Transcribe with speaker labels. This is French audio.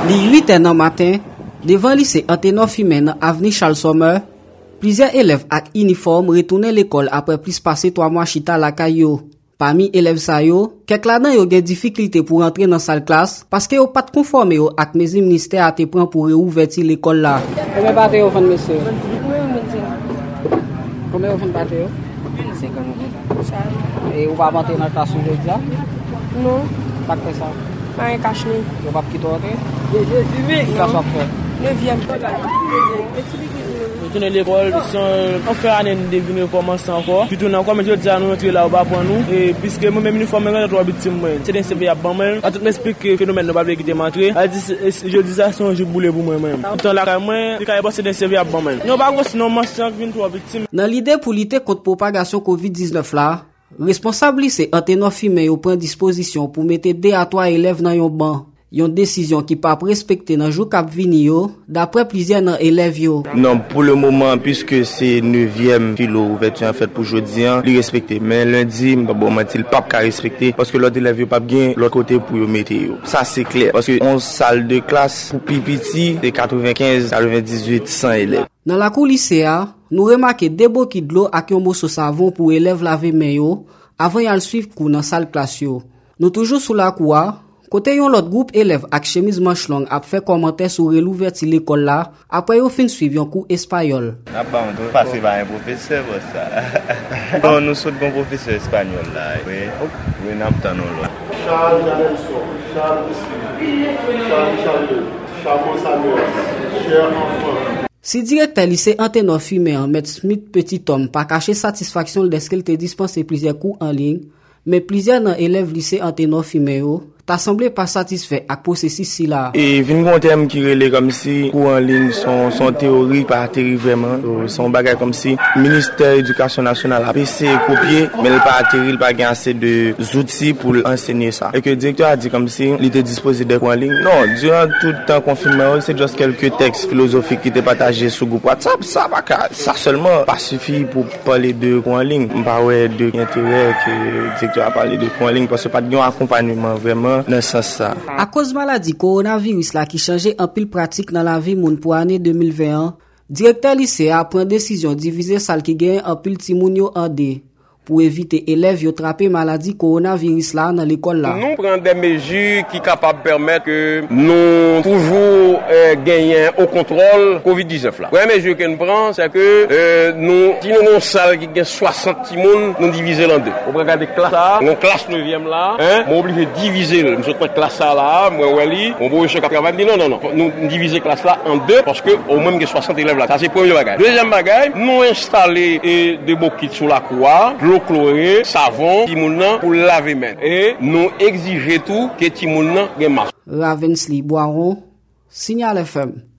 Speaker 1: Les 8h dans matin, devant le lycée Anténor Fumet dans avenue Charles Sommer, plusieurs élèves avec uniforme retournent l'école après plus passer 3 mois chita la caillou. Parmi élèves sa yo, quelques là-dedans yo gen difficulté pour entrer dans salle classe parce que yo pas conformé yo ak mesures ministère a te prend pour réouvrir l'école là. Combien batte yo fan monsieur? Combien yo fan batte yo? 50. Et on va monter dans classe aujourd'hui là?
Speaker 2: Non.
Speaker 1: Pas que ça.
Speaker 2: Pas cache ni.
Speaker 1: Yo pas quitter OK? Classe va faire.
Speaker 2: 9e.
Speaker 3: Nous tournons l'école, on fait année de venir commencer encore. Puis tournons encore, mais je dis à nous entrer là bas pour nous. Et puisque moi-même uniforme, j'ai 3 victimes. C'est un CV à moi. À tout m'explique le phénomène ne va pas quitter m'entrer. Je dis ça, c'est un jeu boulé pour moi-même. Tout là, moi, je c'est un CV à moi. Nous pas sinon marchand 23 victimes.
Speaker 1: Dans l'idée pour lutter contre propagation COVID-19 là, responsable c'est Anténor Fumet yo prend disposition pour mettre 2 à 3 élèves dans yon banc. Yon décision qui pas respecter dans jour cap vini yo d'après plusieurs nan élèves yo.
Speaker 4: Non, pour le moment puisque c'est 9e philo ouverture en fait pour jeudi, li respecter mais lundi bon mentil pas ka respecter parce que l'autre élève yo pas bien l'autre côté pour yo mettre yo. Ça c'est clair parce que 11 salles de classe pour pipiti c'est 95 98 100 élèves.
Speaker 1: Dans la cour lycéa, nous remarquons des bouquets de l'eau ak yon morceau savon pour élèves laver main yo avant y'al suivre cours dans salle classe yo. Nous toujours sous la cour. Côté yon l'autre groupe élèves ak chemise manche longue a fait commentaire sur l'ouverture l'école là après yo fin suivre un cours espagnol.
Speaker 5: Ah bah on doit passer par un professeur pour ça. Bon nous sommes bon professeur espagnol là. Oui. Oui, n'a pas non là.
Speaker 6: Charles Janelson, Charles Samuel, cher enfant.
Speaker 1: Si directeur lycée Anténor Fumet en Maître Smith Petit Homme pas caché satisfaction lorsqu'il te dispensé plusieurs cours en ligne, mais plusieurs dans élèves lycée Anténor Fumet t'as semblé pas satisfait à processus si là.
Speaker 4: Et vinn gon terme qui relait comme si cours en ligne son théorie pas atterri vraiment, son bagage comme si ministère de l'éducation nationale a essayé copier mais il pas atterri, il pas gain assez de outils pour enseigner ça. Et que le directeur a dit comme si il était disposé de cours en ligne. Non, durant tout le temps confinement, c'est juste quelques textes philosophiques qui étaient partagés sur groupe WhatsApp, ça seulement pas suffit pour parler de cours en ligne. Pas ouais de intérêt que le directeur a parlé de cours en ligne parce que pas de accompagnement vraiment.
Speaker 1: À cause maladie coronavirus là qui changeait un pile pratique dans la vie moun pour année 2021, directeur lycée a pris décision diviser salle qui gagne un pile ti moun yo en deux pour éviter élèves yo attraper maladie coronavirus là dans l'école là.
Speaker 7: Nous prenons des mesures qui capable permettre que nous toujours gagner au contrôle COVID-19 là. La mesure que nous prenons c'est que nous si nous avons une salle qui gagne 60 timoun, nous diviser en deux. On peut regarder classe là, on classe 9e là, on obligé de diviser nous sommes classe là, moi Wally, on peut chercher travail non, nous diviser classe là en deux parce que au moins que 60 élèves là. Ça c'est premier bagage. Deuxième bagage, nous installer des bouquets sur la cour. Chloré, savon, timounan pour laver main. Et nous exiger tout que timounan ait masque.
Speaker 1: Ravensly Boiron, Signal FM.